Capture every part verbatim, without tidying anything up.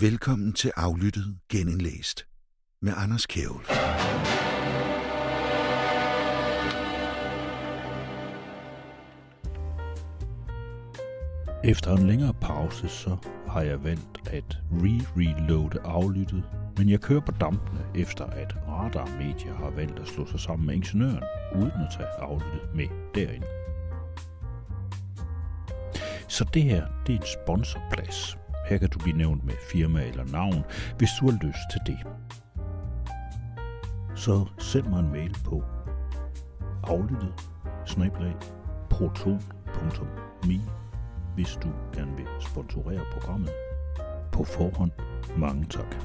Velkommen til Aflyttet Genindlæst med Anders Kjærulff. Efter en længere pause, så har jeg valgt at re-reloade Aflyttet, men jeg kører på dampene efter at Radar Media har valgt at slå sig sammen med Ingeniøren, uden at tage Aflyttet med derinde. Så det her, det er en sponsorplads. Her kan du blive nævnt med firma eller navn, hvis du har lyst til det. Så send mig en mail på aflyttet bindestreg proton punktum me, hvis du gerne vil sponsorere programmet. På forhånd, mange tak.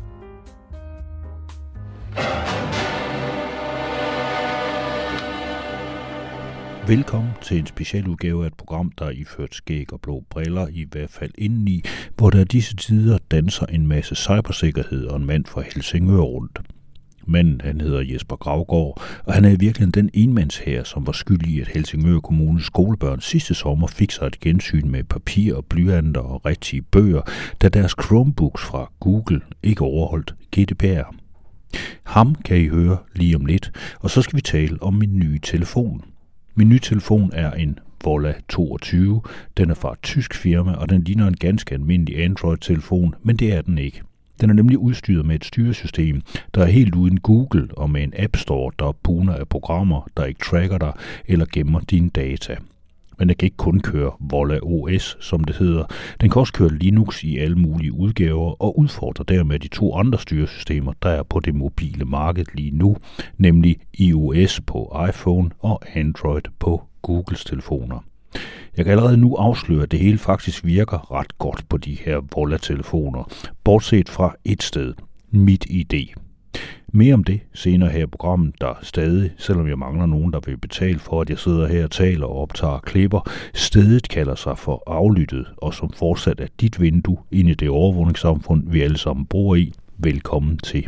Velkommen til en specialudgave af et program, der er iført skæg og blå briller, i hvert fald indeni, hvor der disse tider danser en masse cybersikkerhed og en mand fra Helsingør rundt. Manden, han hedder Jesper Gravgaard, og han er i virkeligheden den enmandshær, som var skyld i, at Helsingør Kommunes skolebørn sidste sommer fik sig et gensyn med papir og blyanter og rigtige bøger, da deres Chromebooks fra Google ikke overholdt G D P R. Ham kan I høre lige om lidt, og så skal vi tale om min nye telefon. Min nye telefon er en Volla toogtyve. Den er fra et tysk firma, og den ligner en ganske almindelig Android-telefon, men det er den ikke. Den er nemlig udstyret med et styresystem, der er helt uden Google, og med en App Store, der buner af programmer, der ikke tracker dig eller gemmer dine data. Men den kan ikke kun køre Volla O S, som det hedder. Den kan også køre Linux i alle mulige udgaver, og udfordrer dermed de to andre styresystemer, der er på det mobile marked lige nu, nemlig iOS på iPhone og Android på Googles telefoner. Jeg kan allerede nu afsløre, at det hele faktisk virker ret godt på de her Volla-telefoner, bortset fra et sted, MitID. Mere om det senere her i programmet, der stadig, selvom jeg mangler nogen, der vil betale for, at jeg sidder her og taler og optager klipper, stedet kalder sig for Aflyttet, og som fortsat er dit vindue ind i det overvågningssamfund, vi alle sammen bor i. Velkommen til.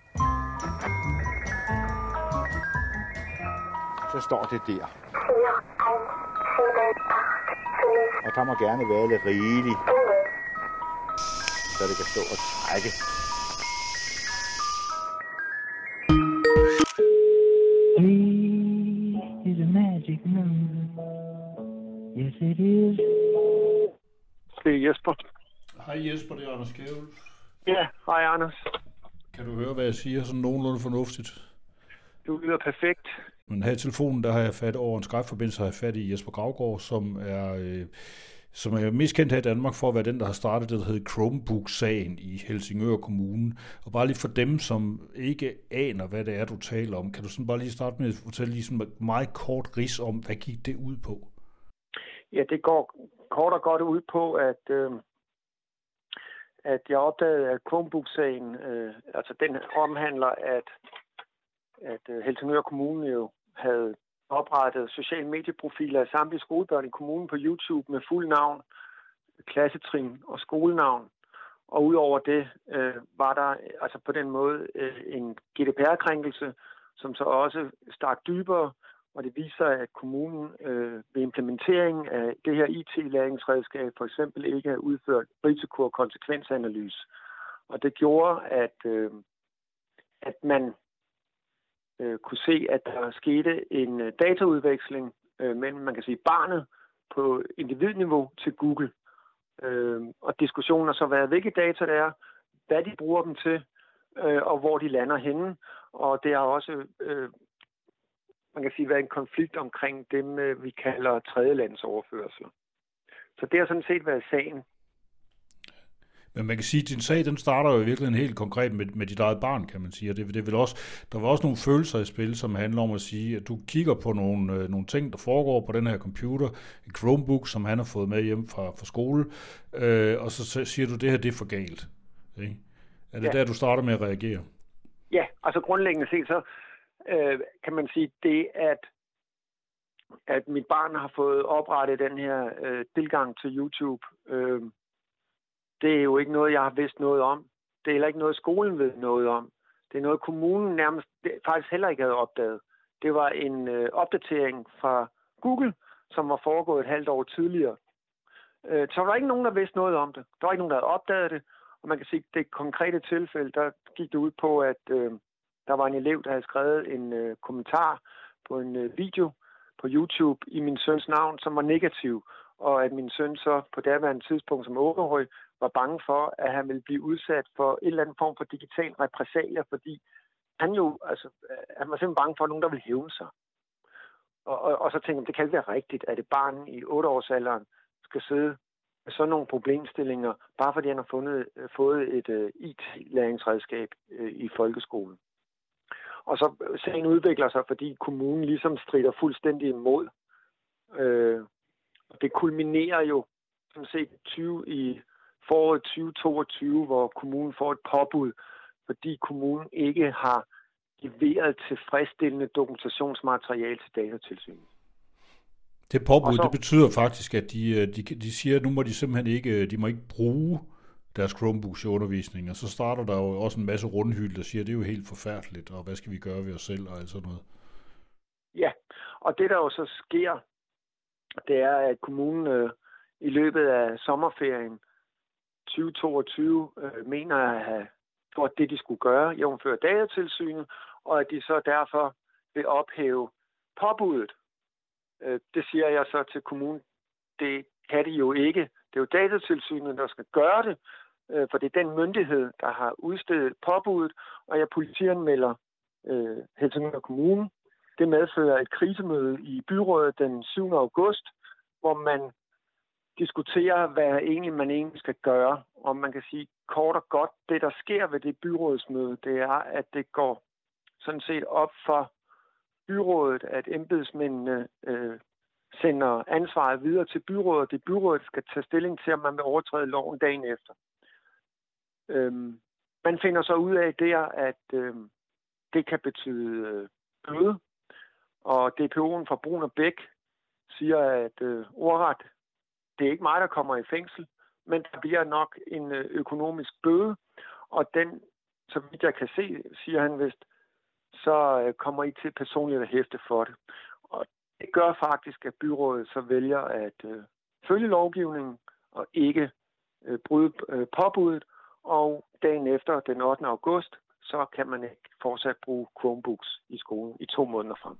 Så står det der. Og der må gerne være lidt rigeligt, så det kan stå og trække. Is a magic number. Yes, it is. Det er Jesper. Hej Jesper, det er Anders Kjærulff. Ja, hej Anders. Kan du høre, hvad jeg siger, sådan nogenlunde fornuftigt? Du lyder perfekt. Men her i telefonen, der har jeg fat over en Skype-forbindelse, har jeg fat i Jesper Gravgaard, som er, øh, som er mest kendt her i Danmark for at være den, der har startet det, der hedder Chromebook-sagen i Helsingør Kommune. Og bare lige for dem, som ikke aner, hvad det er, du taler om, kan du sådan bare lige starte med at fortælle lige sådan meget kort rids om, hvad gik det ud på? Ja, det går kort og godt ud på, at, øh, at jeg opdagede, at Chromebook-sagen, øh, altså den omhandler, at at Helsingør Kommune jo havde oprettet sociale medieprofiler af samtlige skolebørn i kommunen på YouTube med fuld navn, klassetrin og skolenavn. Og udover det øh, var der altså på den måde øh, en G D P R-krænkelse, som så også stak dybere, og det viser, at kommunen øh, ved implementering af det her I T-læringsredskab for eksempel ikke har udført risiko- og konsekvensanalyse. Og det gjorde, at, øh, at man kunne se, at der skete en dataudveksling øh, mellem, man kan sige, barnet på individniveau til Google. Øh, og diskussionen har så været, hvilke data det er, hvad de bruger dem til, øh, og hvor de lander henne. Og det har også, øh, man kan sige, været en konflikt omkring dem, øh, vi kalder tredjelandsoverførsler. Så det har sådan set været sagen. Men man kan sige, at din sag, den starter jo i virkeligheden helt konkret med, med dit eget barn, kan man sige. Og det, det vil også, der var også nogle følelser i spil, som handler om at sige, at du kigger på nogle, øh, nogle ting, der foregår på den her computer, en Chromebook, som han har fået med hjem fra, fra skole, øh, og så siger du, at det her det er for galt. Ikke? Er det ja. Der, du starter med at reagere? Ja, altså grundlæggende set, så øh, kan man sige, det at, at mit barn har fået oprettet den her øh, tilgang til YouTube, øh, det er jo ikke noget, jeg har vidst noget om. Det er heller ikke noget, skolen ved noget om. Det er noget, kommunen nærmest faktisk heller ikke havde opdaget. Det var en øh, opdatering fra Google, som var foregået et halvt år tidligere. Øh, så var der ikke nogen, der vidste noget om det. Der var ikke nogen, der havde opdaget det. Og man kan sige, at det konkrete tilfælde, der gik det ud på, at øh, der var en elev, der havde skrevet en øh, kommentar på en øh, video på YouTube i min søns navn, som var negativ. Og at min søn så på daværende tidspunkt som otteårig var bange for, at han ville blive udsat for en eller anden form for digital repressalier, fordi han jo, altså, han var simpelthen bange for, at nogen, der ville hævne sig. Og, og, og så tænkte jeg, det kan ikke være rigtigt, at et barn i otteårsalderen skal sidde med sådan nogle problemstillinger, bare fordi han har fundet, fået et uh, I T-læringsredskab uh, i folkeskolen. Og så sagen udvikler sig, fordi kommunen ligesom strider fuldstændig imod. Uh, og det kulminerer jo sådan set tyve i foråret tyve toogtyve, hvor kommunen får et påbud, fordi kommunen ikke har leveret tilfredsstillende dokumentationsmateriale til Datatilsynet. Det påbud, så, det betyder faktisk, at de, de, de siger, at nu må de simpelthen ikke, de må ikke bruge deres Chromebooks i undervisning, og så starter der jo også en masse rundhyld, der siger, at det er jo helt forfærdeligt, og hvad skal vi gøre ved os selv, og alt sådan noget. Ja, og det der jo så sker, det er, at kommunen øh, i løbet af sommerferien tyve toogtyve øh, mener at have gjort det, de skulle gøre, jævnfør Datatilsynet, og at de så derfor vil ophæve påbuddet. Øh, det siger jeg så til kommunen. Det kan de jo ikke. Det er jo Datatilsynet, der skal gøre det, øh, for det er den myndighed, der har udstedet påbuddet, og jeg politianmelder øh, Helsingør Kommune. Det medfører et krisemøde i byrådet den syvende august, hvor man diskuterer, hvad egentlig man egentlig skal gøre. Og man kan sige kort og godt, det der sker ved det byrådsmøde, det er, at det går sådan set op for byrådet, at embedsmændene øh, sender ansvaret videre til byrådet. Det byrådet skal tage stilling til, om man vil overtræde loven dagen efter. Øhm, man finder så ud af der, at øh, det kan betyde øh, bøde. Og D P O'en fra Brun og Bæk siger, at øh, ordret, det er ikke mig, der kommer i fængsel, men der bliver nok en øh, økonomisk bøde, og den, så vidt jeg kan se, siger han vist, så øh, kommer I til personligt at hæfte for det. Og det gør faktisk, at byrådet så vælger at øh, følge lovgivningen og ikke øh, bryde øh, påbuddet, og dagen efter, den ottende august, så kan man ikke fortsat bruge Chromebooks i skolen i to måneder frem.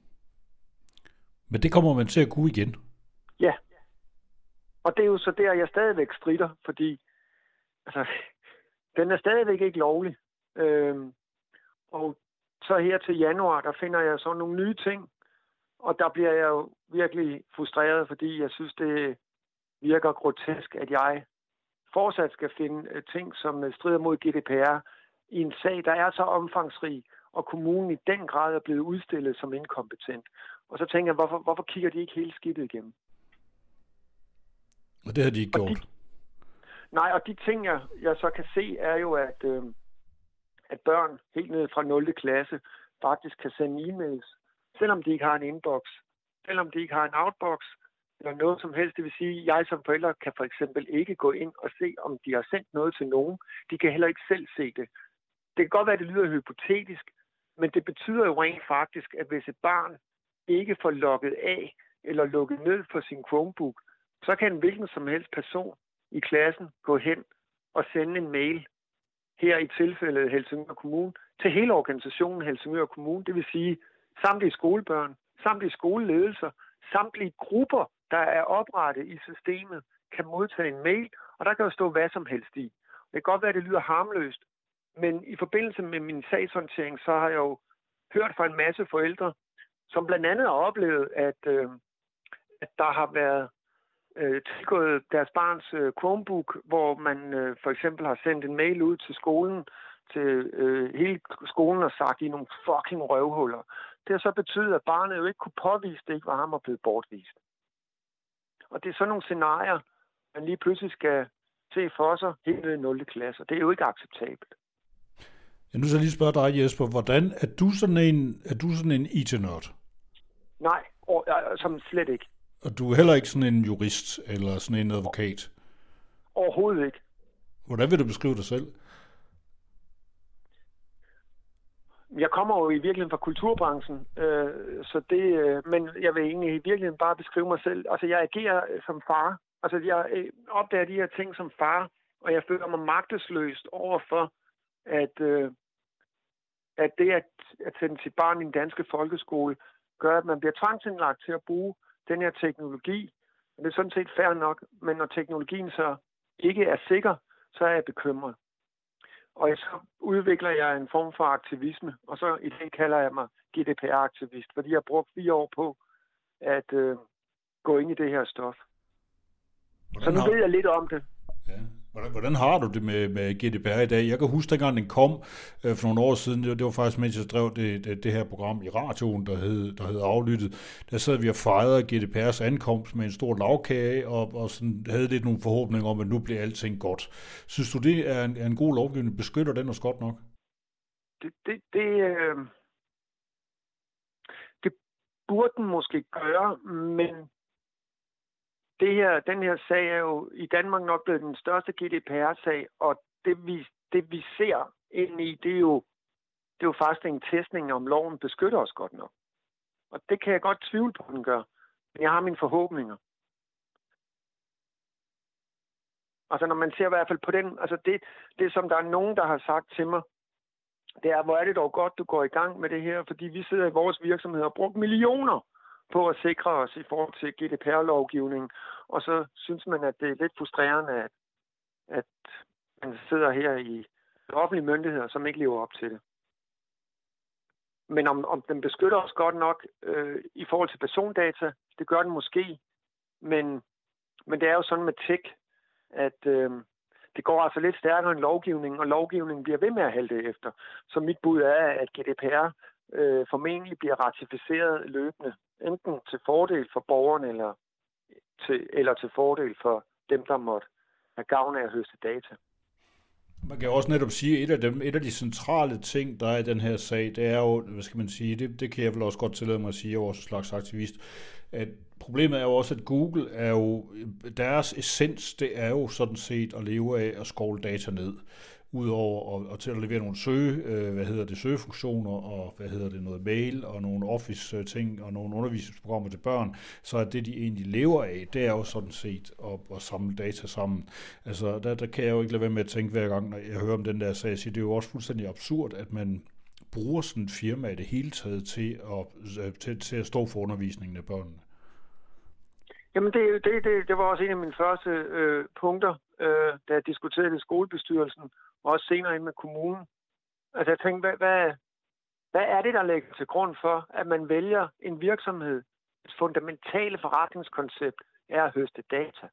Men det kommer man til at kunne igen? Ja. Og det er jo så der, jeg stadigvæk stritter, fordi altså, den er stadigvæk ikke lovlig. Øhm, og så her til januar, der finder jeg så nogle nye ting, og der bliver jeg jo virkelig frustreret, fordi jeg synes, det virker grotesk, at jeg fortsat skal finde ting, som strider mod G D P R i en sag, der er så omfangsrig, og kommunen i den grad er blevet udstillet som inkompetent. Og så tænker jeg, hvorfor, hvorfor kigger de ikke hele skidtet igennem? Og det har de ikke gjort. De, nej, og de ting, jeg, jeg så kan se, er jo, at, øh, at børn helt ned fra nul klasse faktisk kan sende e-mails, selvom de ikke har en inbox, selvom de ikke har en outbox, eller noget som helst. Det vil sige, at jeg som forælder kan for eksempel ikke gå ind og se, om de har sendt noget til nogen. De kan heller ikke selv se det. Det kan godt være, at det lyder hypotetisk, men det betyder jo rent faktisk, at hvis et barn ikke får logget af eller lukket ned for sin Chromebook, så kan en hvilken som helst person i klassen gå hen og sende en mail, her i tilfældet Helsingør Kommune, til hele organisationen Helsingør Kommune. Det vil sige samtlige skolebørn, samtlige skoleledelser, samtlige grupper, der er oprettet i systemet, kan modtage en mail, og der kan jo stå hvad som helst i. Det kan godt være, at det lyder harmløst, men i forbindelse med min sagshåndtering, så har jeg jo hørt fra en masse forældre, som blandt andet har oplevet, at, øh, at der har været øh, tilgået deres barns øh, Chromebook, hvor man øh, for eksempel har sendt en mail ud til skolen, til øh, hele skolen og sagt, i nogle fucking røvhuller. Det har så betydet, at barnet jo ikke kunne påvise, det ikke var ham og blevet bortvist. Og det er sådan nogle scenarier, man lige pludselig skal se for sig helt ned i nul klasse. Det er jo ikke acceptabelt. Jeg nu så lige spørge dig, Jesper, hvordan er du sådan en, er du sådan en I T-nørd? Nej, og, øh, som slet ikke. Og du er heller ikke sådan en jurist eller sådan en advokat? Overhovedet ikke. Hvordan vil du beskrive dig selv? Jeg kommer jo i virkeligheden fra kulturbranchen, øh, så det, øh, men jeg vil egentlig i virkeligheden bare beskrive mig selv. Altså, jeg agerer som far. Altså, jeg øh, opdager de her ting som far, Og jeg føler mig magtesløst overfor, at, øh, at det at, at sende sit barn i en danske folkeskole, gør, at man bliver tvangsindlagt til at bruge den her teknologi. Og det er sådan set fair nok, men når teknologien så ikke er sikker, så er jeg bekymret. Og så udvikler jeg en form for aktivisme, og så i det kalder jeg mig G D P R-aktivist, fordi jeg har brugt fire år på at øh, gå ind i det her stof. Hvordan så nu har... ved jeg lidt om det. Ja. Hvordan, hvordan har du det med, med G D P R i dag? Jeg kan huske, dengang den kom øh, for nogle år siden, det var, det var faktisk, mens jeg drev det, det, det her program i radioen, der hed, der hed Aflyttet. Der sad vi og fejrede G D P R's ankomst med en stor lavkage, og, og sådan havde lidt nogle forhåbninger om, at nu bliver alting godt. Synes du, det er en, er en god lovgivning? Beskytter den os godt nok? Det, det, det, øh... det burde den måske gøre, men Det her, den her sag er jo i Danmark nok blevet den største G D P R-sag, og det vi, det vi ser ind i, det er, jo, det er jo faktisk en testning, om loven beskytter os godt nok. Og det kan jeg godt tvivle på, den gør. Men jeg har mine forhåbninger. Altså når man ser i hvert fald på den, altså det, det som der er nogen, der har sagt til mig, det er, hvor er det dog godt, du går i gang med det her, fordi vi sidder i vores virksomhed og brugt millioner på at sikre os i forhold til G D P R-lovgivningen, og så synes man, at det er lidt frustrerende, at, at man sidder her i offentlige myndigheder, som ikke lever op til det. Men om, om den beskytter os godt nok øh, i forhold til persondata, det gør den måske, men, men det er jo sådan med tech, at øh, det går altså lidt stærkere end lovgivningen, og lovgivningen bliver ved med at halte efter. Så mit bud er, at G D P R øh, formentlig bliver ratificeret løbende, enten til fordel for borgerne, eller til, eller til fordel for dem, der måtte have gavn af at høste data. Man kan også netop sige, at et af, dem, et af de centrale ting, der er i den her sag, det er jo, hvad skal man sige, det, det kan jeg vel også godt tillade mig at sige, jeg er også en slags aktivist, at problemet er jo også, at Google er jo, deres essens, det er jo sådan set at leve af at skovle data ned, udover og, og til at levere nogle søge, øh, hvad hedder det, søgefunktioner, og hvad hedder det, noget mail, og nogle office-ting, og nogle undervisningsprogrammer til børn, så at det, de egentlig lever af, det er jo sådan set at, at samle data sammen. Altså, der, der kan jeg jo ikke lade være med at tænke hver gang, når jeg hører om den der sag, så det er jo også fuldstændig absurd, at man bruger sådan et firma i det hele taget til at, til, til at stå for undervisningen af børnene. Jamen, det, det, det, det var også en af mine første øh, punkter, øh, da jeg diskuterede det i skolebestyrelsen, og også senere ind med kommunen. Altså, jeg tænkte, hvad, hvad, hvad er det, der ligger til grund for, at man vælger en virksomhed? Et fundamentale forretningskoncept er at høste data.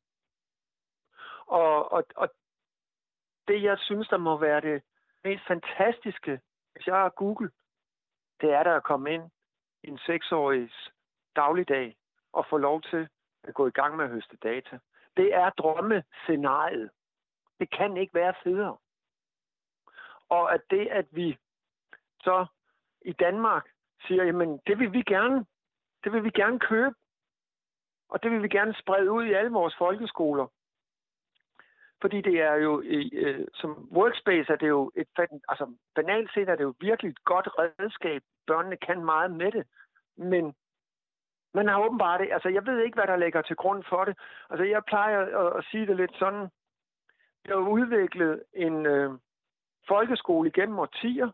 Og, og, og det, jeg synes, der må være det mest fantastiske, hvis jeg har Google, det er der at komme ind i en seksårigs dagligdag og få lov til at gå i gang med at høste data. Det er drømmescenariet. Det kan ikke være federe. Og at det, at vi så i Danmark siger, jamen det vil vi gerne, det vil vi gerne købe, og det vil vi gerne sprede ud i alle vores folkeskoler. Fordi det er jo, øh, som workspace er det jo et, altså banalt set er det jo virkelig et godt redskab. Børnene kan meget med det, men man har åbenbart det. Altså, jeg ved ikke, hvad der ligger til grund for det. Altså, jeg plejer at, at sige det lidt sådan. Vi har udviklet en øh, folkeskole igennem årtier.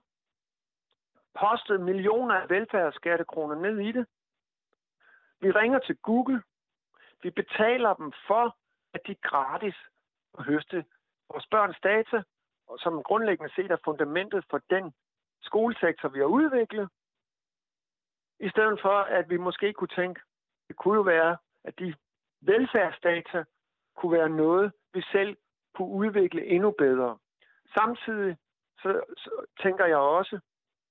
Postet millioner af velfærdsskattekroner ned i det. Vi ringer til Google. Vi betaler dem for, at de gratis at høste vores børns data, som grundlæggende set er fundamentet for den skolesektor, vi har udviklet. I stedet for, at vi måske kunne tænke, det kunne jo være, at de velfærdsdata kunne være noget, vi selv kunne udvikle endnu bedre. Samtidig så, så tænker jeg også,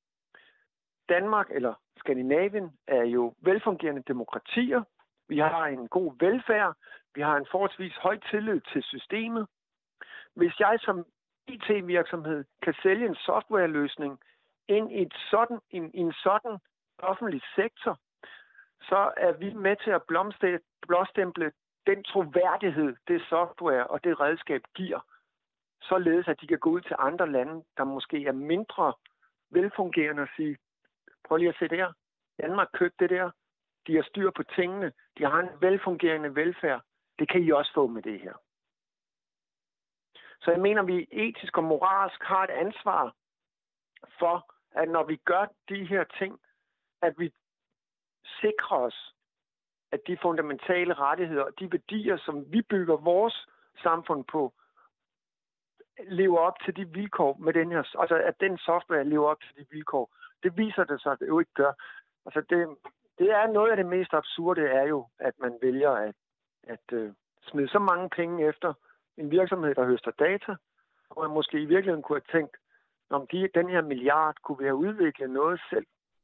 Danmark eller Skandinavien er jo velfungerende demokratier. Vi har en god velfærd. Vi har en forholdsvis høj tillid til systemet. Hvis jeg som I T-virksomhed kan sælge en softwareløsning ind i, et sådan, in, i en sådan offentlig sektor, så er vi med til at blåstemple den troværdighed, det software og det redskab giver, således at de kan gå ud til andre lande, der måske er mindre velfungerende og sige, prøv lige at se der, Danmark købte det der, de har styr på tingene, de har en velfungerende velfærd, det kan I også få med det her. Så jeg mener, vi etisk og moralsk har et ansvar for, at når vi gør de her ting, at vi sikrer os, at de fundamentale rettigheder og de værdier, som vi bygger vores samfund på, lever op til de vilkår med den her, altså at den software lever op til de vilkår. Det viser det sig, at det jo ikke gør. Altså det, det er noget af det mest absurde, er jo, at man vælger at, at uh, smide så mange penge efter en virksomhed, der høster data, og man måske i virkeligheden kunne have tænkt, om de, den her milliard kunne vi have udviklet noget selv.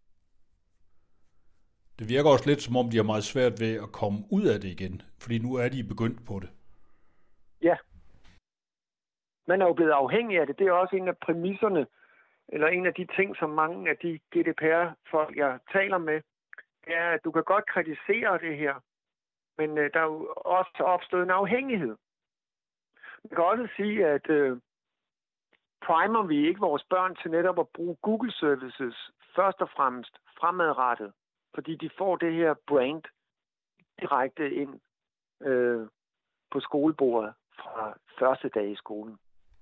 Det virker også lidt, som om de har meget svært ved at komme ud af det igen, fordi nu er de begyndt på det. Ja. Man er jo blevet afhængig af det. Det er også en af præmisserne, eller en af de ting, som mange af de G D P R-folk, jeg taler med, er, at du kan godt kritisere det her, men øh, der er jo også opstået en afhængighed. Man kan også sige, at øh, primer vi ikke vores børn til netop at bruge Google Services først og fremmest fremadrettet, fordi de får det her brand direkte ind øh, på skolebordet fra første dag i skolen.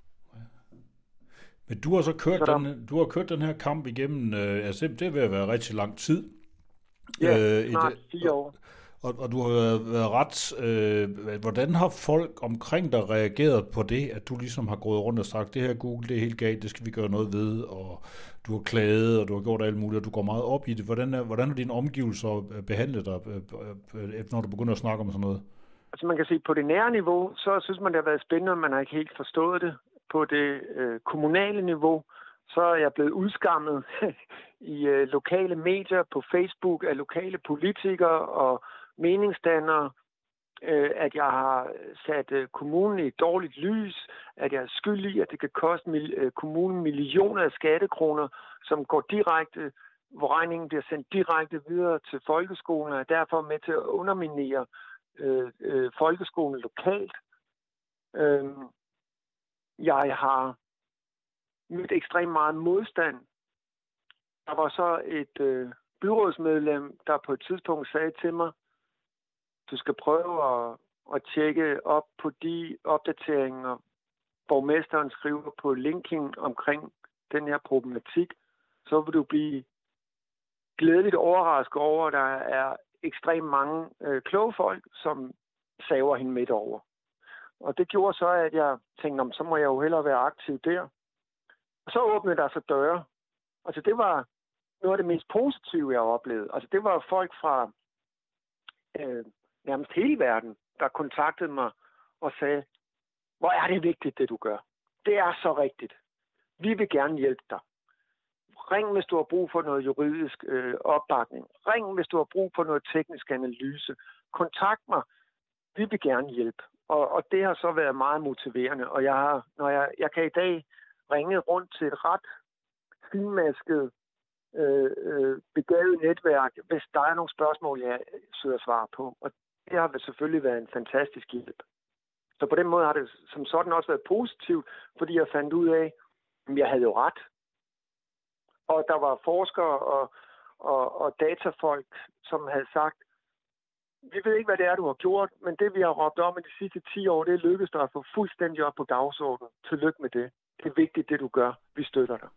Men du har så kørt, så der... den, du har kørt den her kamp igennem, øh, altså det vil være rigtig lang tid. Ja, øh, snart fire år. Og, og du har været, været ret, øh, hvordan har folk omkring dig reageret på det, at du ligesom har gået rundt og sagt, det her Google, det er helt galt, det skal vi gøre noget ved, og du har klaget, og du har gjort alt muligt, og du går meget op i det. Hvordan er, hvordan er dine omgivelser behandlet dig, når du begynder at snakke om sådan noget? Altså man kan sige, på det nære niveau, så synes man, det har været spændende, man har ikke helt forstået det. På det øh, kommunale niveau, så er jeg blevet udskammet i øh, lokale medier, på Facebook af lokale politikere og meningsdannere, øh, at jeg har sat øh, kommunen i et dårligt lys, at jeg er skyldig, at det kan koste mil- øh, kommunen millioner af skattekroner, som går direkte, hvor regningen bliver sendt direkte videre til folkeskolen, og er derfor med til at underminere øh, øh, folkeskolen lokalt. Øh, Jeg har mødt ekstremt meget modstand. Der var så et øh, byrådsmedlem, der på et tidspunkt sagde til mig, du skal prøve at, at tjekke op på de opdateringer, borgmesteren skriver på LinkedIn omkring den her problematik. Så vil du blive glædeligt overrasket over, at der er ekstremt mange øh, kloge folk, som saver hende midt over. Og det gjorde så, at jeg tænkte, så må jeg jo hellere være aktiv der. Og så åbnede der så døre. Altså det var noget af det mest positive, jeg oplevede. Altså det var folk fra øh, nærmest hele verden, der kontaktede mig og sagde, hvor er det vigtigt, det du gør. Det er så rigtigt. Vi vil gerne hjælpe dig. Ring, hvis du har brug for noget juridisk øh, opbakning. Ring, hvis du har brug for noget teknisk analyse. Kontakt mig. Vi vil gerne hjælpe. Og, og det har så været meget motiverende. Og jeg, har, når jeg, jeg kan i dag ringe rundt til et ret finmasket, øh, øh, begavet netværk, hvis der er nogle spørgsmål, jeg søger svar på. Og det har selvfølgelig været en fantastisk hjælp. Så på den måde har det som sådan også været positivt, fordi jeg fandt ud af, at jeg havde jo ret. Og der var forskere og, og, og datafolk, som havde sagt, vi ved ikke, hvad det er, du har gjort, men det, vi har råbt om i de sidste ti år, det er lykkedes dig at få fuldstændig op på dagsordenen. Tillykke med det. Det er vigtigt, det du gør. Vi støtter dig.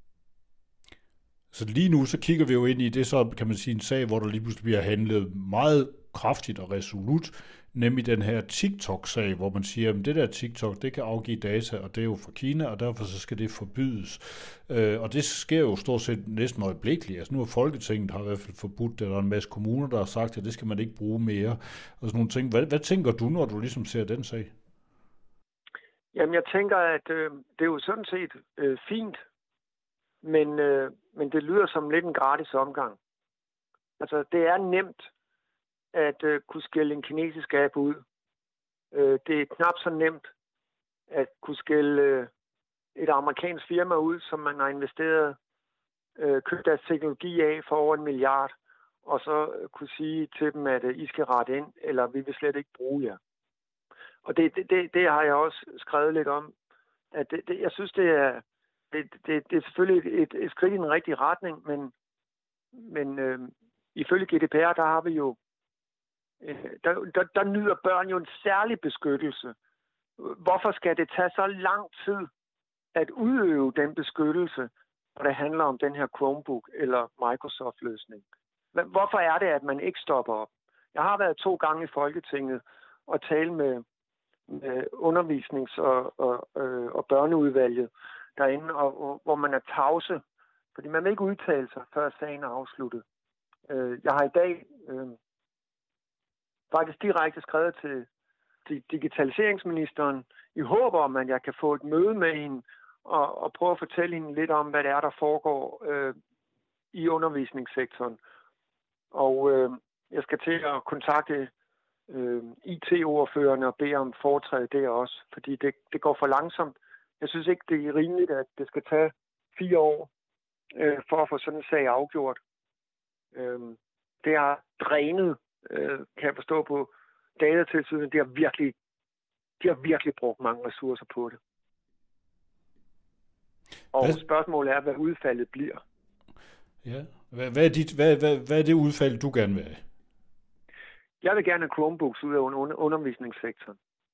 Så lige nu, så kigger vi jo ind i det, så kan man sige en sag, hvor der lige pludselig bliver handlet meget kraftigt og resolut, nemlig den her TikTok-sag, hvor man siger, at det der TikTok, det kan afgive data, og det er jo fra Kina, og derfor så skal det forbydes. Øh, og det sker jo stort set næsten øjeblikkeligt. Altså nu har Folketinget har i hvert fald forbudt det, og der er en masse kommuner, der har sagt, at det skal man ikke bruge mere. Og sådan nogle ting. Hvad, hvad tænker du, når du ligesom ser den sag? Jamen, jeg tænker, at øh, det er jo sådan set øh, fint, men, øh, men det lyder som lidt en gratis omgang. Altså, det er nemt at øh, kunne skælde en kinesisk app ud. Øh, det er knap så nemt at kunne skælde øh, et amerikansk firma ud, som man har investeret, øh, købt deres teknologi af for over en milliard, og så øh, kunne sige til dem, at øh, I skal rette ind, eller vi vil slet ikke bruge jer. Og det, det, det, det har jeg også skrevet lidt om. At det, det, jeg synes, det er, det, det, det er selvfølgelig et, et skridt i den rigtige retning, men, men øh, ifølge G D P R, der har vi jo, øh, der, der, der nyder børn jo en særlig beskyttelse Hvorfor skal det tage så lang tid at udøve den beskyttelse, når det handler om den her Chromebook eller Microsoft-løsning? Hvorfor er det, at man ikke stopper op? Jeg har været to gange i Folketinget og talt med, med undervisnings- og, og, øh, og børneudvalget derinde, og, og, hvor man er tavse, fordi man vil ikke udtale sig, før sagen er afsluttet. Øh, jeg har i dag øh, faktisk direkte skrevet til, til digitaliseringsministeren i håb om, at jeg kan få et møde med hende og, og prøve at fortælle hende lidt om, hvad det er, der foregår øh, i undervisningssektoren. Og øh, jeg skal til at kontakte øh, I T-ordførerne og bede om foretræde der også, fordi det, det går for langsomt. Jeg synes ikke, det er rimeligt, at det skal tage fire år øh, for at få sådan en sag afgjort. Øh, det har drænet, øh, kan jeg forstå på Datatilsynet, de har virkelig, de har virkelig brugt mange ressourcer på det. Og hvad? Spørgsmålet er, hvad udfaldet bliver. Ja. Hvad, hvad, er dit, hvad, hvad, hvad er det udfald, du gerne vil have? Jeg vil gerne have Chromebooks ud af under, undervisningssektoren.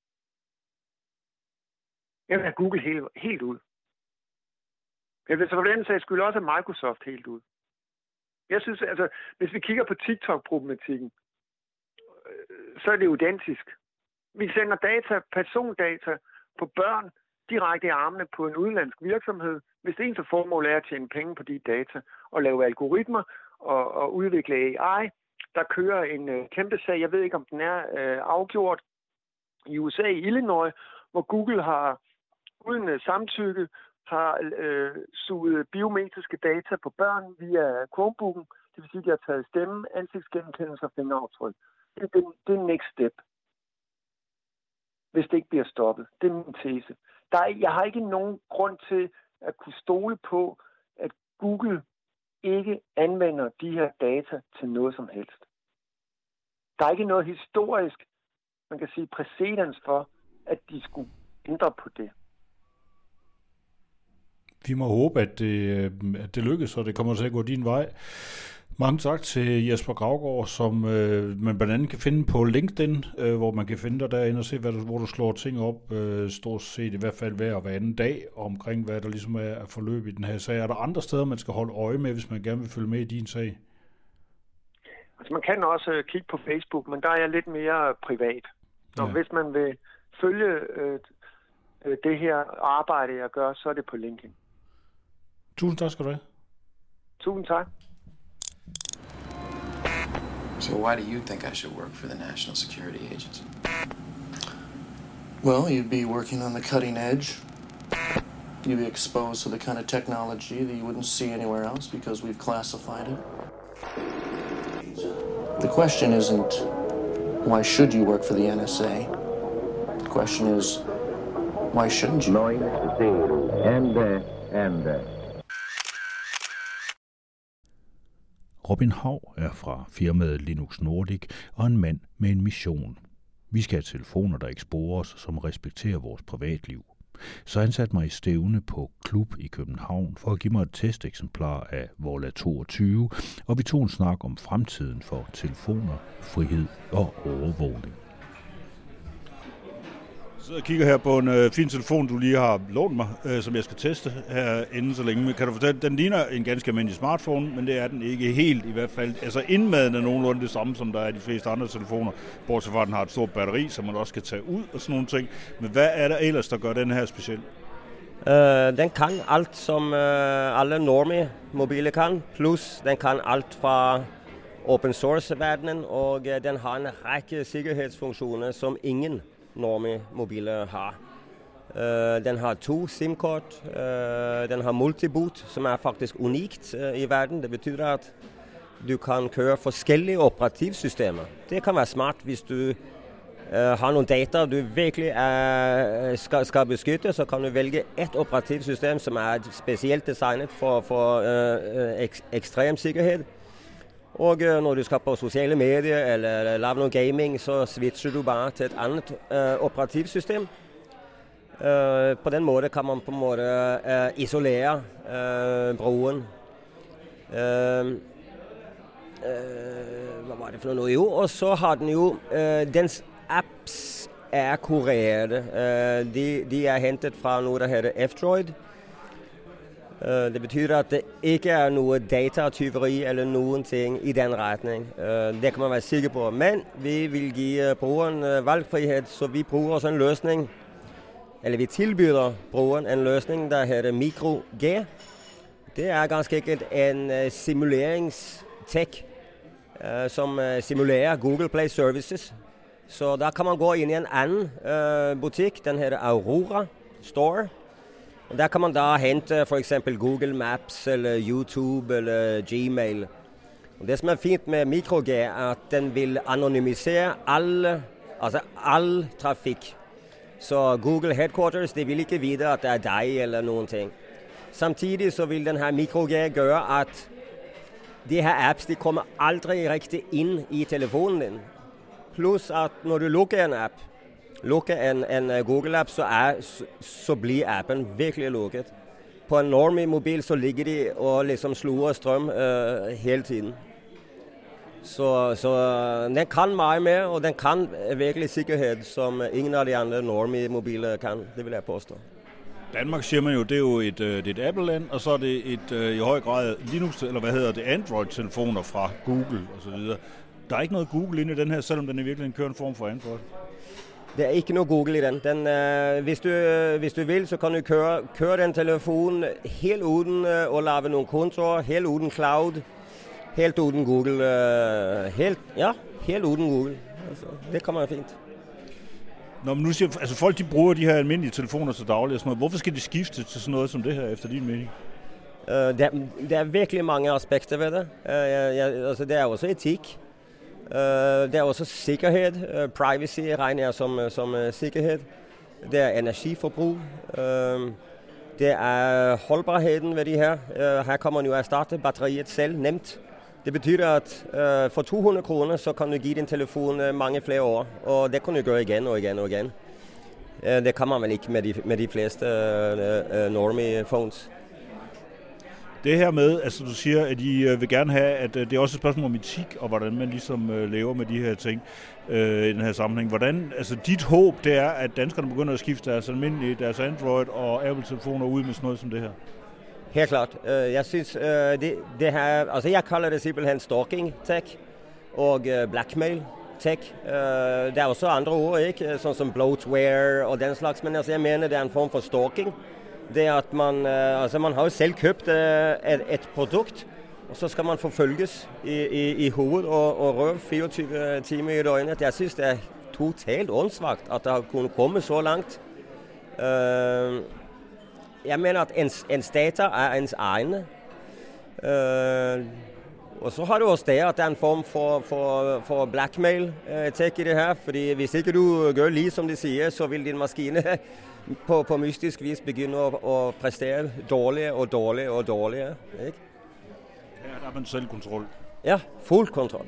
Jeg vil have Google helt, helt ud. Jeg vil så for den sags skyld også have Microsoft helt ud. Jeg synes, altså, hvis vi kigger på TikTok-problematikken, så er det identisk. Vi sender data, persondata på børn direkte i armene på en udenlandsk virksomhed, hvis det eneste formål er at tjene penge på de data og lave algoritmer og, og udvikle A I. Der kører en uh, kæmpe sag, jeg ved ikke om den er uh, afgjort i U S A i Illinois, hvor Google har uden uh, samtykke har uh, suget biometriske data på børn via Chromebooken. Det vil sige, at de har taget stemme, ansigtsgenkendelse og fingeraftryk. Det, det, det er next step, hvis det ikke bliver stoppet. Det er min tese. Der er, jeg har ikke nogen grund til at kunne stole på, at Google ikke anvender de her data til noget som helst. Der er ikke noget historisk, man kan sige, præcedens for, at de skulle ændre på det. Vi må håbe, at det, at det lykkes, og det kommer til at gå din vej. Mange tak til Jesper Gravgaard, som øh, man blandt andet kan finde på LinkedIn, øh, hvor man kan finde dig derinde og se, hvad du, hvor du slår ting op, øh, stort set i hvert fald hver og hver anden dag, omkring hvad der ligesom er forløb i den her sag. Er der andre steder, man skal holde øje med, hvis man gerne vil følge med i din sag? Altså man kan også øh, kigge på Facebook, men der er jeg lidt mere privat. Og ja. Hvis man vil følge øh, øh, det her arbejde, jeg gør, så er det på LinkedIn. Tusind tak skal du have. Tusind tak. So why do you think I should work for the National Security Agency? Well, you'd be working on the cutting edge. You'd be exposed to the kind of technology that you wouldn't see anywhere else because we've classified it. The question isn't, why should you work for the N S A? The question is, why shouldn't you? Noi sì, ende, ende. Robin Haug er fra firmaet Linux Nordic og en mand med en mission. Vi skal have telefoner, der ikke sporer os, som respekterer vores privatliv. Så han satte mig i stævne på Klub i København for at give mig et testeksemplar af Vola toogtyve, og vi tog en snak om fremtiden for telefoner, frihed og overvågning. Så jeg kigger her på en øh, fin telefon, du lige har lånt mig, øh, som jeg skal teste her inden så længe. Kan du fortælle, den ligner en ganske almindelig smartphone, men det er den ikke helt i hvert fald. Altså indmaden er nogenlunde det samme, som der er i de fleste andre telefoner, bortset fra at den har et stort batteri, som man også kan tage ud og sådan nogle ting. Men hvad er der ellers, der gør den her speciel? Uh, den kan alt, som uh, alle normie mobile kan, plus den kan alt fra open source-verdenen, og uh, den har en række sikkerhedsfunktioner, som ingen normie mobiler har. Uh, den har to SIM-kort, uh, den har multiboot, som er faktisk unikt uh, i verden. Det betyder at du kan køre forskellige operativsystemer. Det kan være smart, hvis du uh, har nogle data, du virkelig er, skal, skal beskytte, så kan du vælge et operativsystem, som er specielt designet for, for uh, ek, ekstrem sikkerhed. Og når du skal på sociale medier eller lave noget gaming, så switcher du bare til et andet øh, operativsystem. Øh, på den måde kan man på en måde øh, isolere øh, brugeren. Øh, øh, hvad var det for noget? Jo, og så har den jo, øh, dens apps er kurerede. Uh, de, de er hentet fra noget, der hedder F-Droid. Uh, det betyder, at det ikke er noget datatyveri eller nogen ting i den retning. Uh, det kan man være sikker på. Men vi vil give brugeren uh, valgfrihed, så vi bruger også en løsning, eller vi tilbyder brugeren en løsning, der hedder MicroG. Det er ganske enkelt en uh, simuleringstech, uh, som uh, simulerer Google Play Services. Så der kan man gå ind i en anden uh, butik, den hedder Aurora Store. Og der kan man da hente for eksempel Google Maps eller YouTube eller Gmail. Og det som er fint med MicroG er, at den vil anonymisere alle, altså all trafik. Så Google Headquarters, det vil ikke vide, at det er dig eller nogen ting. Samtidig så vil den her MicroG gøre, at de her apps, de kommer aldrig rigtig ind i telefonen din. Plus at når du lukker en app, lukker en, en Google-app, så, er, så, så bliver appen virkelig lukket. På en normig mobil, så ligger de og ligesom sluger strøm øh, hele tiden. Så, så den kan meget mere, og den kan virkelig sikkerhed, som ingen af de andre normige mobiler kan. Det vil jeg påstå. Danmark siger man jo, det er jo et, det er et Apple-land, og så er det et i høj grad Linux, eller hvad hedder det, Android-telefoner fra Google osv. Der er ikke noget Google inde i den her, selvom den i virkeligheden kører en form for Android. Der er ikke noget Google i den. den øh, hvis, du, øh, hvis du vil, så kan du køre, køre den telefon helt uden øh, at lave nogle kontor, helt uden cloud, helt uden Google. Øh, helt, ja, helt uden Google. Altså, det kommer fint. Nå, men nu siger, altså folk de bruger de her almindelige telefoner så dagligt og sådan noget. Hvorfor skal de skifte til sådan noget som det her, efter din mening? Uh, der, der er virkelig mange aspekter ved det. Uh, jeg, jeg, altså, der er også etik. Uh, der er også sikkerhed. Uh, privacy regner jeg som, som uh, sikkerhed. Der er energiforbrug. Uh, det er holdbarheden ved de her. Uh, her kan man jo erstatte batteriet selv nemt. Det betyder, at uh, for to hundrede kroner, så kan du give din telefon uh, mange flere år, og det kan du gøre igen og igen og igen. Uh, det kan man vel ikke med de, med de fleste uh, uh, normie phones. Det her med, altså du siger, at I uh, vil gerne have, at uh, det er også et spørgsmål om etik, og hvordan man ligesom uh, lever med de her ting uh, i den her sammenhæng. Hvordan, altså dit håb, det er, at danskerne begynder at skifte deres almindelige, deres Android og Apple-telefoner ud med sådan noget som det her? Helt klart. Jeg synes, det, det her, altså jeg kalder det simpelthen stalking-tech og blackmail-tech. Der er også andre ord, ikke? Sånn som bloatware og den slags, men altså jeg mener, det er en form for stalking. Det er at man, altså man har jo selv købt et, et produkt, og så skal man forfølges i, i, i hovedet og, og røve fireogtyve timer i døgnet. Jeg synes, det er totalt åndssvagt, at der har kunnet komme så langt. Uh, Jeg mener, at ens, ens data er ens egne. Uh, og så har du også der, at der er en form for, for, for blackmail-tech i det her. Fordi hvis ikke du gør lige som de siger, så vil din maskine på, på mystisk vis begynde at, at præstere dårligere og dårligere og dårligere. Ikke? Ja, der er man selvkontrol. Ja, fuld kontrol.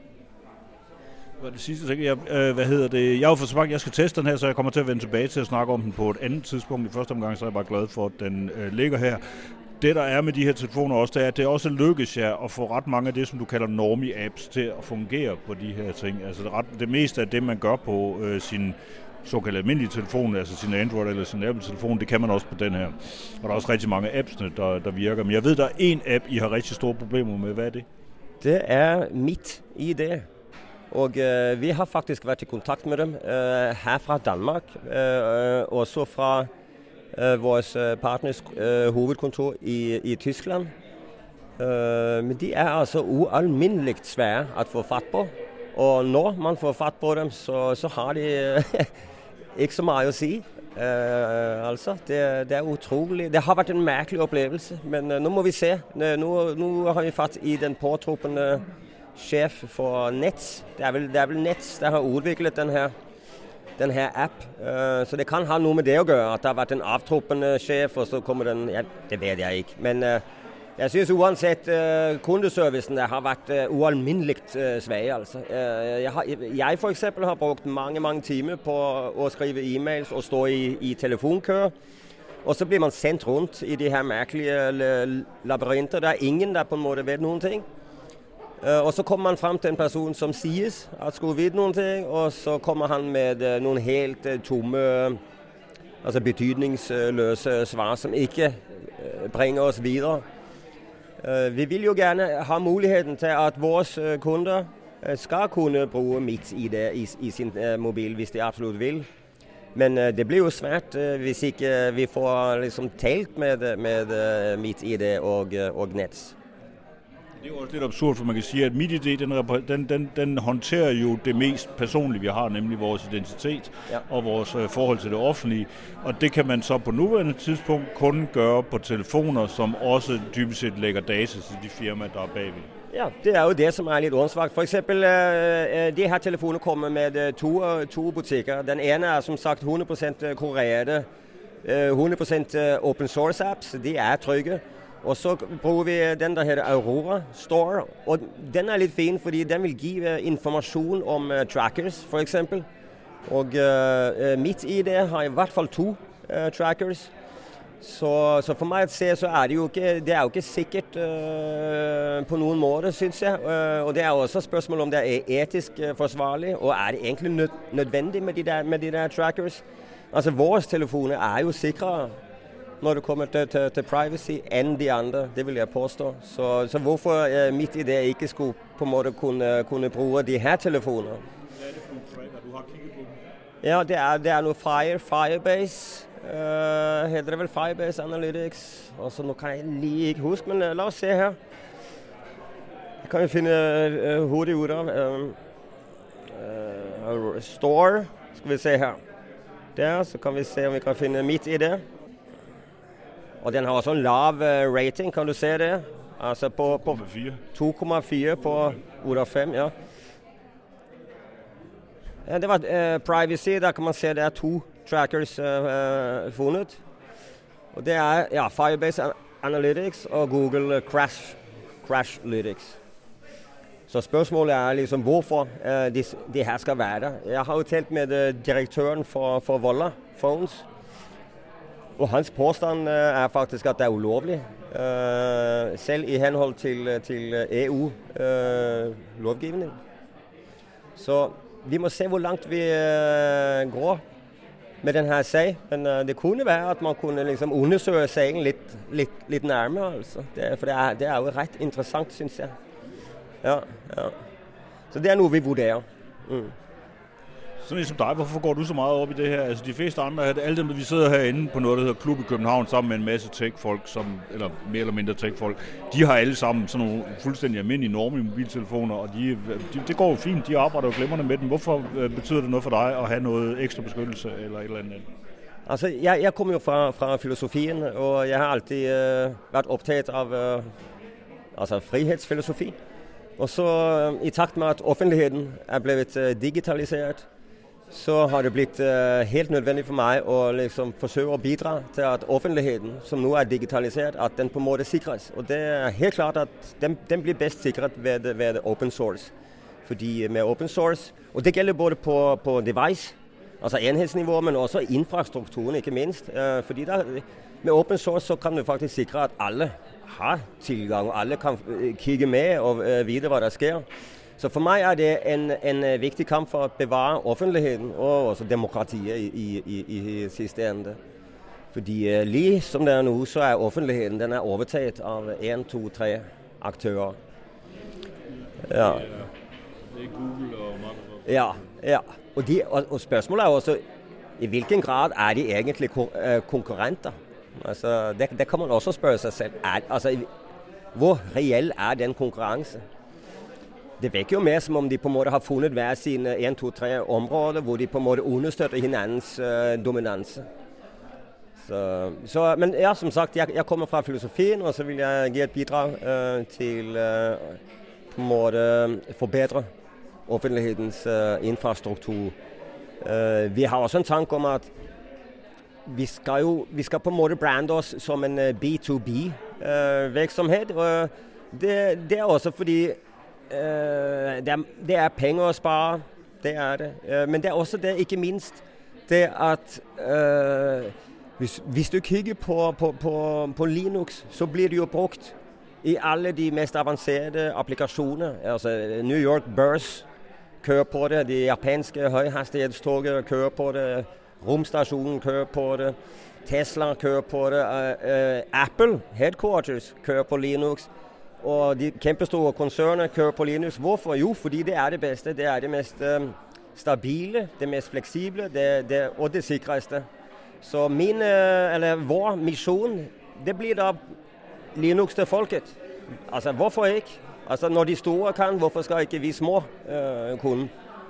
Det sidste, jeg, øh, hvad hedder det? Jeg har jo for smagt, jeg skal teste den her, så jeg kommer til at vende tilbage til at snakke om den på et andet tidspunkt. I første omgang, så er jeg bare glad for, at den øh, ligger her. Det, der er med de her telefoner også, det er, at det også lykkes jer at få ret mange af det, som du kalder normie-apps, til at fungere på de her ting. Altså det, ret, det meste af det, man gør på øh, sin såkaldt almindelige telefon, altså sin Android eller sin Apple-telefon, det kan man også på den her. Og der er også rigtig mange appsene, der, der virker. Men jeg ved, der er én app, I har rigtig store problemer med. Hvad er det? Det er Mit I D. Og uh, vi har faktisk været i kontakt med dem uh, her fra Danmark, uh, også fra uh, vores partners uh, hovedkontor i, i Tyskland. Uh, men de er altså ualmindeligt svære at få fat på, og når man får fat på dem, så, så har de uh, ikke så meget at sige. Uh, altså, det, det er utroligt. Det har været en mærkelig oplevelse, men uh, nu må vi se. Nu, nu har vi fat i den påtroppende chef for Nets. Det er vel, det er vel Nets, der har udviklet den her, den her app. Uh, så det kan have noget med det at gøre, at der har været en aftroppende chef, og så kommer den... Ja, det ved jeg ikke. Men uh, jeg synes uanset uh, kundeservicen der har været uh, ualmindeligt uh, svag. Altså. Uh, jeg, har, jeg for eksempel har brugt mange, mange timer på at skrive e-mails og stå i, i telefonkøer. Og så bliver man sendt rundt i de her mærkelige labyrinter. Der er ingen, der på en måde ved nogen ting. Uh, og så kommer man frem til en person som siges at skulle vide nogle ting, og så kommer han med uh, nogle helt uh, tomme, uh, altså betydningsløse svar, som ikke uh, bringer os videre. Uh, vi vil jo gerne have muligheden til, at vores uh, kunder uh, skal kunne bruge MitID i, i sin uh, mobil, hvis de absolut vil. Men uh, det bliver jo svært, uh, hvis ikke uh, vi får liksom talt med, med uh, MitID og, uh, og Nets. Det er jo også lidt absurd, for man kan sige, at MitID, den, den, den, den håndterer jo det mest personlige, vi har, nemlig vores identitet ja. og vores øh, forhold til det offentlige. Og det kan man så på nuværende tidspunkt kun gøre på telefoner, som også dybest set lægger data til de firmaer, der er bagved. Ja, det er jo det, som er lidt åndssvagt. For eksempel, øh, de her telefoner kommer med to, to butikker. Den ene er som sagt hundrede procent kurerede, øh, hundrede procent open source apps, de er trygge. Og så bruger vi den, der hedder Aurora Store, og den er lidt fin, fordi den vil give information om uh, trackers, for eksempel. Og uh, MitID har i hvert fald to uh, trackers. Så, så for mig at se, så er det jo ikke, det er jo ikke sikkert uh, på nogen måde, synes jeg. Uh, og det er også et spørgsmål, om det er etisk uh, forsvarligt, og er det egentlig nød, nødvendigt med de, der, med de der trackers? Altså, vores telefoner er jo sikrere, når det kommer til, til, til privacy, end de andre, det vil jeg påstå. Så, så hvorfor uh, MitID ikke skulle på en måde kunne, uh, kunne bruge de her telefoner? Hvad er det for nogle tracker, du har kigget på? Ja, det er, det er noget Fire, Firebase, uh, hedder det vel Firebase Analytics, og så nu kan jeg lige ikke huske, men uh, lad os se her. Jeg kan jo finde uh, hurtigt ud af. Uh, uh, store, skal vi se her. Der, så kan vi se, om vi kan finde MitID. Og den har også en lav uh, rating, kan du se det? Altså på, på to komma fire på ud af fem, ja. Ja, det var uh, privacy, der kan man se, at der er to trackers uh, uh, fundet. Og det er ja, Firebase Analytics og Google Crash, Crashlytics. Så spørgsmålet er liksom, hvorfor uh, det de her skal være der. Jeg har jo talt med uh, direktøren for, for Volla Phones, og hans påstand uh, er faktisk, at det er ulovligt, uh, selv i henhold til, til E U-lovgivning. Uh, Så vi må se, hvor langt vi uh, går med den her sag, men uh, det kunne være, at man kunne liksom undersøge sagen lidt, lidt, lidt nærmere, altså. Det er, for det er, det er jo ret interessant, synes jeg. Ja, ja. Så det er nu, vi vurderer. Mm. Sådan ligesom dig, hvorfor går du så meget op i det her? Altså de fleste andre, alle dem, vi sidder herinde på noget, der hedder Klub i København, sammen med en masse tech-folk, som, eller mere eller mindre tech-folk, de har alle sammen sådan nogle fuldstændig almindelige norme mobiltelefoner, og de, de, det går jo fint, de arbejder jo glimrende med dem. Hvorfor betyder det noget for dig at have noget ekstra beskyttelse eller et eller andet? Altså, jeg, jeg kommer jo fra, fra filosofien, og jeg har altid øh, været optaget af øh, altså frihedsfilosofi. Og så øh, i takt med, at offentligheden er blevet øh, digitaliseret, så har det blivet uh, helt nødvendigt for mig at liksom, forsøge at bidrage til, at offentligheden, som nu er digitaliseret, at den på en måde sikres. Og det er helt klart, at den, den bliver bedst sikret ved, ved open source. Fordi med open source, og det gælder både på, på device, altså enhedsniveau, men også infrastrukturen, ikke mindst. Uh, fordi der, med open source, så kan du faktisk sikre, at alle har tilgang, og alle kan uh, kigge med og uh, vide, hvad der sker. Så for mig er det en, en vigtig kamp for at bevare offentligheden og også demokratiet i, i, i, i sidste ende. Fordi uh, lige som det er nu, så er offentligheden den er overtaget af en, to, tre aktører. Ja. Det er Google og Microsoft. Ja, ja. Og, de, og, og spørgsmålet er også, i hvilken grad er de egentlig konkurrenter? Altså, det, det kan man også spørge sig selv. Er, altså, hvor reel er den konkurrence? Det virker jo mere, som om de på en måde har fundet hver sine en, to, tre områder, hvor de på en måde understøtter hinandens øh, dominanse. Så, så, men ja, som sagt, jeg, jeg kommer fra filosofien, og så vil jeg give et bidrag øh, til øh, på en måde forbedre offentlighedens øh, infrastruktur. Øh, vi har også en tanke om, at vi skal jo vi skal på en måde brande os som en uh, B to B øh, virksomhed, og det, det er også fordi Uh, det, er, det er penge at spare, det er det. Uh, men det er også det, ikke mindst, det at uh, hvis, hvis du kigger på, på, på, på Linux, så bliver det jo brugt i alle de mest avancerede applikationer. Altså New York Børs kører på det, de japanske højhastighedstog kører på det, rumstationen kører på det, Tesla kører på det, uh, uh, Apple Headquarters kører på Linux, og de kæmpestore koncerner kører på Linux. Hvorfor? Jo, fordi det er det bedste, det er det mest um, stabile, det mest fleksible det, det, og det sikreste. Så min, uh, eller vor mission, det bliver da Linux til folket. Altså, hvorfor ikke? Altså, når de store kan, hvorfor skal ikke vi små uh, kunne?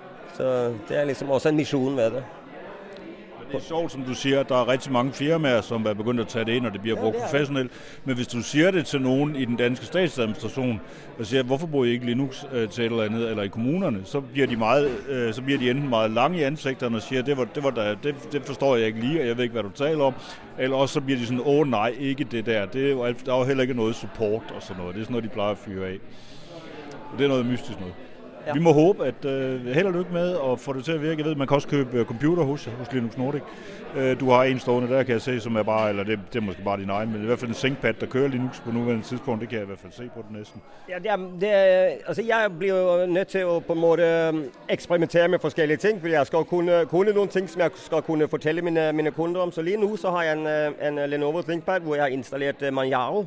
Så det er ligesom også en mission med det. Det er sjovt, som du siger, der er rigtig mange firmaer, som er begyndt at tage det ind, og det bliver brugt ja, professionelt. Men hvis du siger det til nogen i den danske statsadministration, og siger, hvorfor bruger I ikke Linux øh, til et eller andet, eller i kommunerne, så bliver de, meget, øh, så bliver de enten meget lange i ansigterne og siger, det, var, det, var der, det, det forstår jeg ikke lige, og jeg ved ikke, hvad du taler om. Eller også så bliver de sådan, åh nej, ikke det der. Det er jo, der er jo heller ikke noget support og sådan noget. Det er sådan noget, de plejer at fyre af. Og det er noget mystisk noget. Ja. Vi må håbe, at øh, held og lykke med at få det til at virke. Jeg ved, man kan også købe uh, computer hos, hos Linux Nordic. Uh, du har en stående der, kan jeg se, som er bare, eller det, det er måske bare din egen, men i hvert fald en ThinkPad, der kører Linux på nuværende tidspunkt. Det kan jeg i hvert fald se på det næsten. Ja, det er, det er, altså jeg bliver nødt til at på en måde eksperimentere med forskellige ting, fordi jeg skal kunne, kunne nogle ting, som jeg skal kunne fortælle mine, mine kunder om. Så lige nu så har jeg en, en Lenovo ThinkPad, hvor jeg har installeret Manjaro.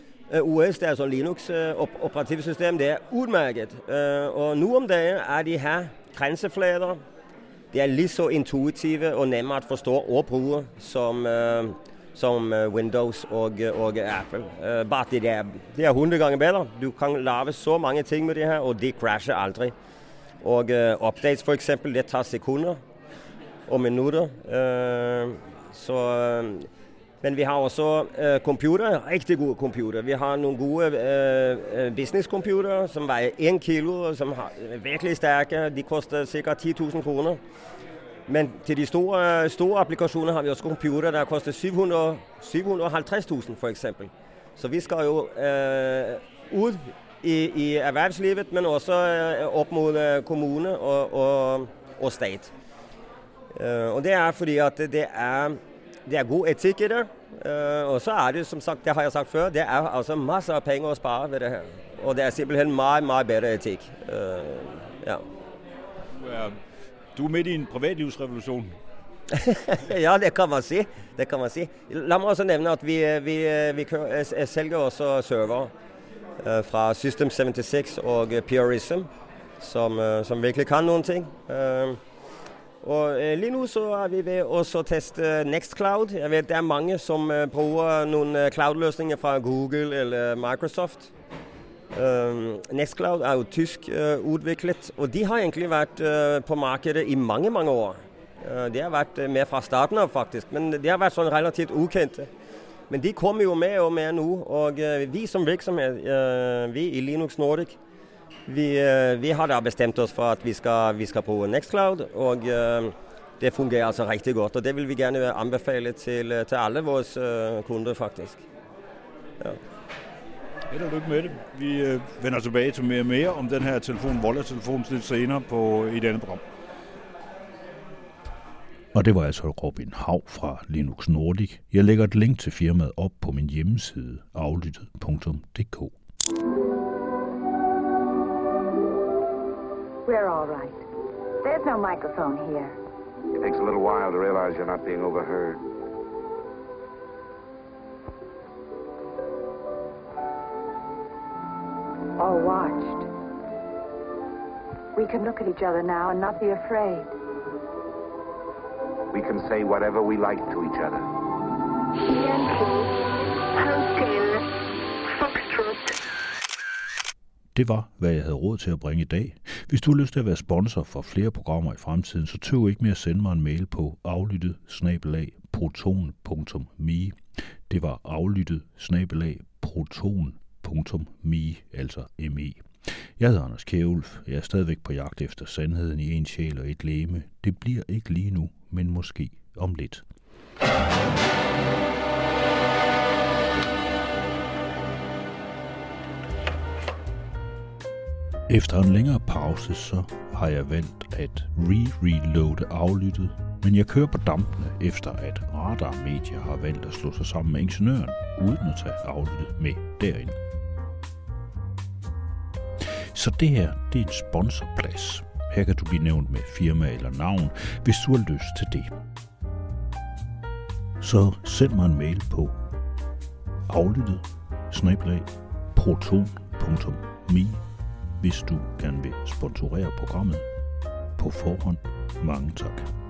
O S, det er altså Linux uh, operativsystem, det er udmærket. Uh, og nu om dagen er de her grænseflader, det er lige så intuitive og nemme at forstå og bruge som, uh, som uh, Windows og, og Apple. Uh, bare det der, det er hundrede gange bedre. Du kan lave så mange ting med det her, og det crasher aldrig. Og uh, updates for eksempel, det tager sekunder og minutter. Uh, så... Uh, Men vi har også øh, computer, rigtig gode computer. Vi har nogle gode øh, business-computer, som vejer en kilo, som er virkelig stærke. De koster cirka ti tusind kroner. Men til de store, store applikationer har vi også computer, der koster syv hundrede og halvtreds tusind for eksempel. Så vi skal jo øh, ud i, i erhvervslivet, men også øh, op mod øh, kommune og, og, og stat. Øh, og det er fordi, at det er... Det er god etik i det, uh, og så er det, som sagt, det har jeg sagt før, det er altså masser af penge at spare ved det her. Og det er simpelthen meget, meget bedre etik. Uh, ja. Du er, du er midt i en privatlivsrevolution. Ja, det kan man sige. Det kan man sige. Lad mig også nævne, at vi, vi, vi kører, sælger også server uh, fra System seventy-six og Purism, som, uh, som virkelig kan nogle ting. Uh, Og øh, lige nu så er vi ved også at teste Nextcloud. Jeg ved, der er mange, som øh, bruger nogle øh, cloud-løsninger fra Google eller Microsoft. Øh, Nextcloud er jo tysk øh, udviklet, og de har egentlig været øh, på markedet i mange, mange år. Øh, det har været øh, mere fra starten af faktisk, men det har været sådan relativt ukendte. Men de kommer jo med og med nu, og øh, vi som virksomhed, øh, vi i Linux Nordic, Vi, øh, vi har da bestemt os for, at vi skal, vi skal bruge Nextcloud, og øh, det fungerer altså rigtig godt, og det vil vi gerne anbefale til, til alle vores øh, kunder faktisk. Ja. Held og lykke med det. Vi øh, vender tilbage til mere og mere om den her telefon, Volta-telefon, lidt senere på, i et andet program. Og det var altså Robin Haug fra Linux Nordic. Jeg lægger et link til firmaet op på min hjemmeside aflyttet punktum d k. We're all right. There's no microphone here. It takes a little while to realize you're not being overheard. Or watched. We can look at each other now and not be afraid. We can say whatever we like to each other. Yankee, Hotel, Foxtrot. Det var, hvad jeg havde råd til at bringe i dag. Hvis du har lyst til at være sponsor for flere programmer i fremtiden, så tøv ikke med at sende mig en mail på aflyttet snabel-a proton punktum me. Det var aflyttet snabel-a proton punktum me, altså me. Jeg hedder Anders Kjærulf. Jeg er stadigvæk på jagt efter sandheden i en sjæl og et legeme. Det bliver ikke lige nu, men måske om lidt. Efter en længere pause, så har jeg valgt at re-reloade aflyttet, men jeg kører på dampene efter at Radar Media har valgt at slå sig sammen med Ingeniøren, uden at tage aflyttet med derind. Så det her, det er en sponsorplads. Her kan du blive nævnt med firma eller navn, hvis du har lyst til det. Så send mig en mail på aflyttet bindestreg proton punktum me, hvis du gerne vil sponsorere programmet. På forhånd, mange tak.